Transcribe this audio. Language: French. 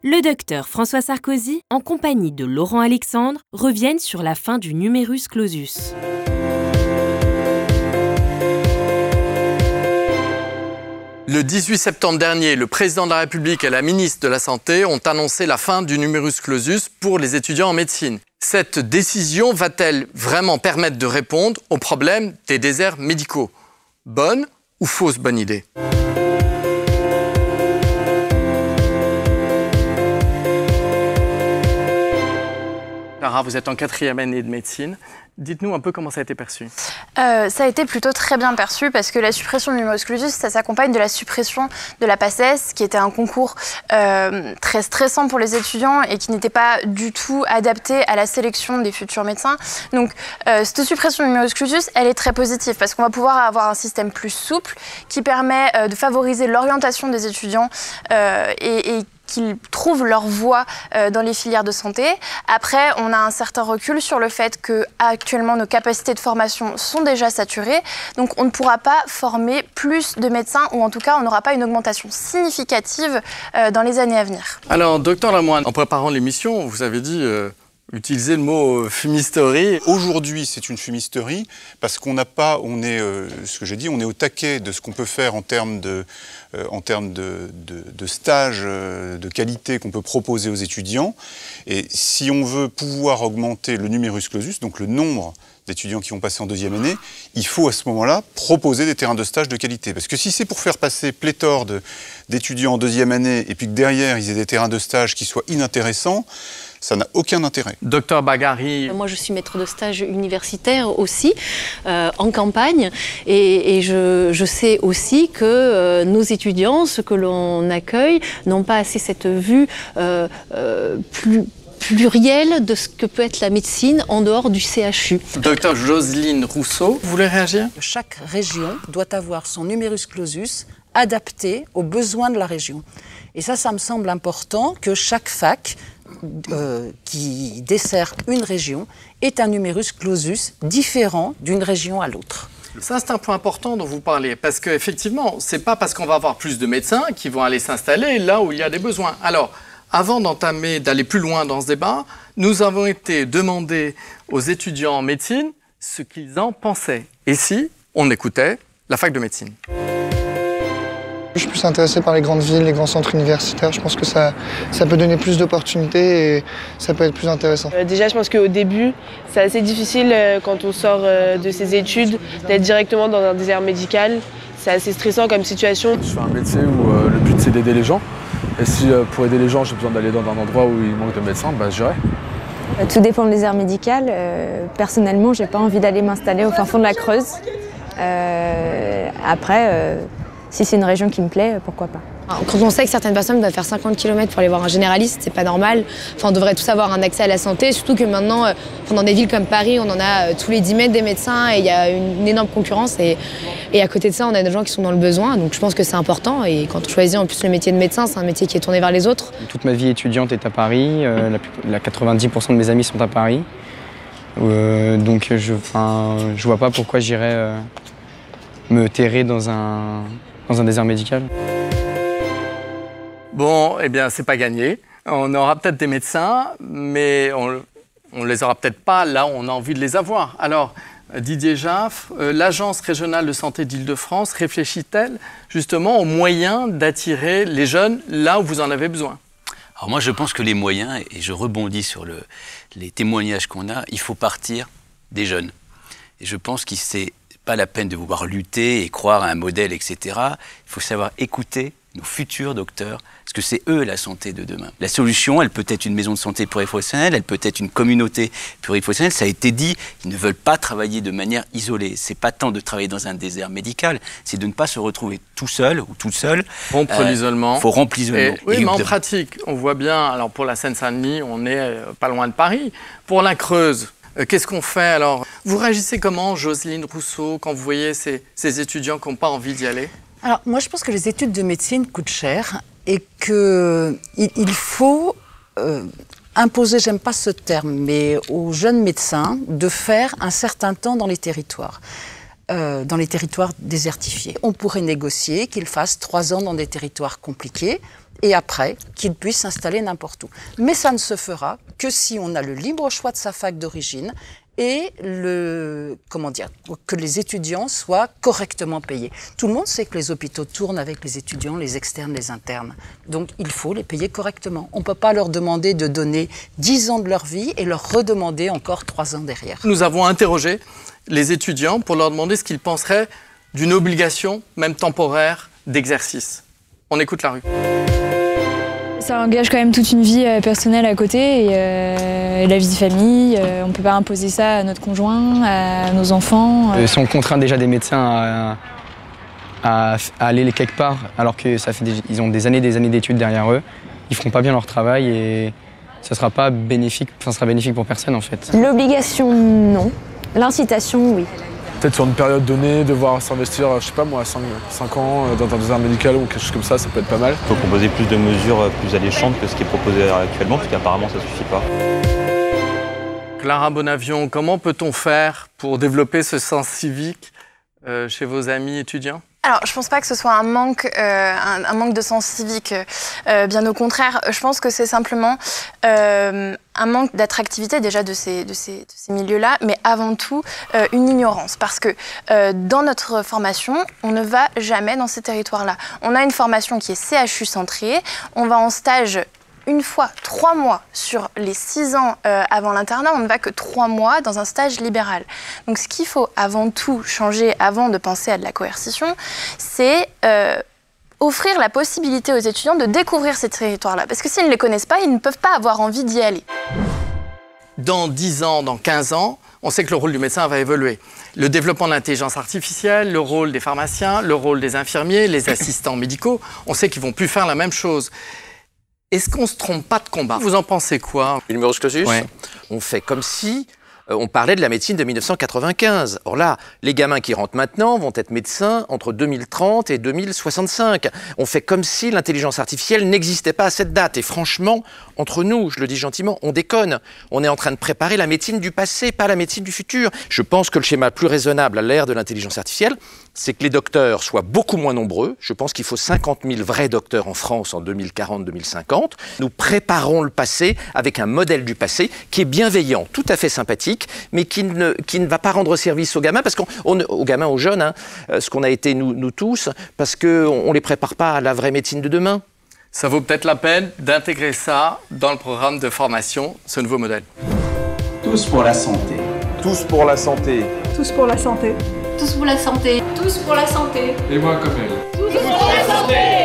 Le docteur François Sarkozy, en compagnie de Laurent Alexandre, reviennent sur la fin du numerus clausus. Le 18 septembre dernier, le président de la République et la ministre de la Santé ont annoncé la fin du numerus clausus pour les étudiants en médecine. Cette décision va-t-elle vraiment permettre de répondre au problème des déserts médicaux? Bonne ou fausse bonne idée? Clara, vous êtes en 4e année de médecine. Dites-nous un peu comment ça a été perçu. Ça a été plutôt très bien perçu parce que la suppression du numerus clausus, ça s'accompagne de la suppression de la PACES, qui était un concours très stressant pour les étudiants et qui n'était pas du tout adapté à la sélection des futurs médecins. Donc cette suppression du numerus clausus, elle est très positive parce qu'on va pouvoir avoir un système plus souple qui permet de favoriser l'orientation des étudiants et qu'ils trouvent leur voie dans les filières de santé. Après, on a un certain recul sur le fait qu'actuellement, nos capacités de formation sont déjà saturées. Donc, on ne pourra pas former plus de médecins, ou en tout cas, on n'aura pas une augmentation significative dans les années à venir. Alors, docteur Lamoine, en préparant l'émission, vous avez dit... utiliser le mot fumisterie. Aujourd'hui, c'est une fumisterie parce qu'on n'a pas, ce que j'ai dit, on est au taquet de ce qu'on peut faire en termes de stages de qualité qu'on peut proposer aux étudiants. Et si on veut pouvoir augmenter le numerus clausus, donc le nombre d'étudiants qui vont passer en 2e année, il faut à ce moment-là proposer des terrains de stage de qualité. Parce que si c'est pour faire passer pléthore d'étudiants en 2e année et puis que derrière, ils aient des terrains de stage qui soient inintéressants, ça n'a aucun intérêt. Docteur Bagari. Moi, je suis maître de stage universitaire aussi, en campagne. Et je sais aussi que nos étudiants, ceux que l'on accueille, n'ont pas assez cette vue plurielle de ce que peut être la médecine en dehors du CHU. Docteur Jocelyne Rousseau, vous voulez réagir? Chaque région doit avoir son numerus clausus adapté aux besoins de la région. Et ça me semble important que chaque fac qui dessert une région ait un numerus clausus différent d'une région à l'autre. Ça, c'est un point important dont vous parlez, parce qu'effectivement, ce n'est pas parce qu'on va avoir plus de médecins qui vont aller s'installer là où il y a des besoins. Alors, avant d'aller plus loin dans ce débat, nous avons été demander aux étudiants en médecine ce qu'ils en pensaient. Et si on écoutait la fac de médecine? Je suis plus intéressé par les grandes villes, les grands centres universitaires. Je pense que ça peut donner plus d'opportunités et ça peut être plus intéressant. Déjà, je pense qu'au début, c'est assez difficile quand on sort de ses études d'être directement dans un désert médical. C'est assez stressant comme situation. Je fais un métier où le but c'est d'aider les gens. Et si pour aider les gens, j'ai besoin d'aller dans un endroit où il manque de médecins, j'irai. Tout dépend de désert médical. Personnellement, j'ai pas envie d'aller m'installer au fin fond de la Creuse. Après... si c'est une région qui me plaît, pourquoi pas. Quand on sait que certaines personnes doivent faire 50 km pour aller voir un généraliste, c'est pas normal. Enfin, on devrait tous avoir un accès à la santé, surtout que maintenant, dans des villes comme Paris, on en a tous les 10 mètres des médecins et il y a une énorme concurrence. Et à côté de ça, on a des gens qui sont dans le besoin, donc je pense que c'est important. Et quand on choisit en plus le métier de médecin, c'est un métier qui est tourné vers les autres. Toute ma vie étudiante est à Paris, la 90% de mes amis sont à Paris. Donc je vois pas pourquoi j'irais me terrer dans un désert médical. Bon, eh bien, c'est pas gagné. On aura peut-être des médecins, mais on les aura peut-être pas là où on a envie de les avoir. Alors, Didier Jaff, l'Agence régionale de santé d'Île-de-France réfléchit-elle justement aux moyens d'attirer les jeunes là où vous en avez besoin? Alors moi, je pense que les moyens, et je rebondis sur les témoignages qu'on a, il faut partir des jeunes. Et je pense que c'est pas la peine de vouloir lutter et croire à un modèle, etc. Il faut savoir écouter nos futurs docteurs, parce que c'est eux la santé de demain. La solution, elle peut être une maison de santé pluriprofessionnelle, elle peut être une communauté pluriprofessionnelle. Ça a été dit, ils ne veulent pas travailler de manière isolée. C'est pas tant de travailler dans un désert médical, c'est de ne pas se retrouver tout seul ou toute seule. Rompre l'isolement. Il faut rompre l'isolement. Oui, mais en pratique, on voit bien, alors pour la Seine-Saint-Denis, on est pas loin de Paris. Pour la Creuse, qu'est-ce qu'on fait alors? Vous réagissez comment, Jocelyne Rousseau, quand vous voyez ces étudiants qui n'ont pas envie d'y aller? Alors, moi, je pense que les études de médecine coûtent cher et qu'il faut imposer, j'aime pas ce terme, mais aux jeunes médecins de faire un certain temps dans les territoires désertifiés. On pourrait négocier qu'ils fassent 3 ans dans des territoires compliqués et après qu'il puisse s'installer n'importe où. Mais ça ne se fera que si on a le libre choix de sa fac d'origine et que les étudiants soient correctement payés. Tout le monde sait que les hôpitaux tournent avec les étudiants, les externes, les internes. Donc il faut les payer correctement. On ne peut pas leur demander de donner 10 ans de leur vie et leur redemander encore 3 ans derrière. Nous avons interrogé les étudiants pour leur demander ce qu'ils penseraient d'une obligation, même temporaire, d'exercice. On écoute la rue. Ça engage quand même toute une vie personnelle à côté et la vie de famille. On ne peut pas imposer ça à notre conjoint, à nos enfants. Si on contraint déjà des médecins à aller quelque part, alors que ils ont des années d'études derrière eux, ils ne feront pas bien leur travail et ça sera pas bénéfique, ça sera bénéfique pour personne en fait. L'obligation, non. L'incitation, oui. Peut-être sur une période donnée, devoir s'investir, je sais pas moi, 5 ans dans un désert médical ou quelque chose comme ça peut être pas mal. Il faut proposer plus de mesures plus alléchantes que ce qui est proposé actuellement, parce qu'apparemment ça ne suffit pas. Clara Bonavion, comment peut-on faire pour développer ce sens civique chez vos amis étudiants ? Alors, je pense pas que ce soit un manque de sens civique. Bien au contraire, je pense que c'est simplement un manque d'attractivité déjà de ces milieux-là, mais avant tout une ignorance. Parce que dans notre formation, on ne va jamais dans ces territoires-là. On a une formation qui est CHU-centrée, on va en stage une fois, 3 mois sur les 6 ans avant l'internat, on ne va que 3 mois dans un stage libéral. Donc ce qu'il faut avant tout changer, avant de penser à de la coercition, c'est offrir la possibilité aux étudiants de découvrir ces territoires-là. Parce que s'ils ne les connaissent pas, ils ne peuvent pas avoir envie d'y aller. Dans 10 ans, dans 15 ans, on sait que le rôle du médecin va évoluer. Le développement de l'intelligence artificielle, le rôle des pharmaciens, le rôle des infirmiers, les assistants médicaux, on sait qu'ils ne vont plus faire la même chose. Est-ce qu'on ne se trompe pas de combat? Vous en pensez quoi? Le numerus clausus, ouais. On fait comme si on parlait de la médecine de 1995. Or là, les gamins qui rentrent maintenant vont être médecins entre 2030 et 2065. On fait comme si l'intelligence artificielle n'existait pas à cette date. Et franchement, entre nous, je le dis gentiment, on déconne. On est en train de préparer la médecine du passé, pas la médecine du futur. Je pense que le schéma le plus raisonnable à l'ère de l'intelligence artificielle, c'est que les docteurs soient beaucoup moins nombreux. Je pense qu'il faut 50 000 vrais docteurs en France en 2040-2050. Nous préparons le passé avec un modèle du passé qui est bienveillant, tout à fait sympathique, mais qui ne va pas rendre service aux gamins, aux gamins, aux jeunes, hein, ce qu'on a été nous tous, parce qu'on ne les prépare pas à la vraie médecine de demain. Ça vaut peut-être la peine d'intégrer ça dans le programme de formation, ce nouveau modèle. Tous pour la santé. Tous pour la santé. Tous pour la santé. Tous pour la santé. Tous pour la santé. Et moi comme elle. Tous pour la santé.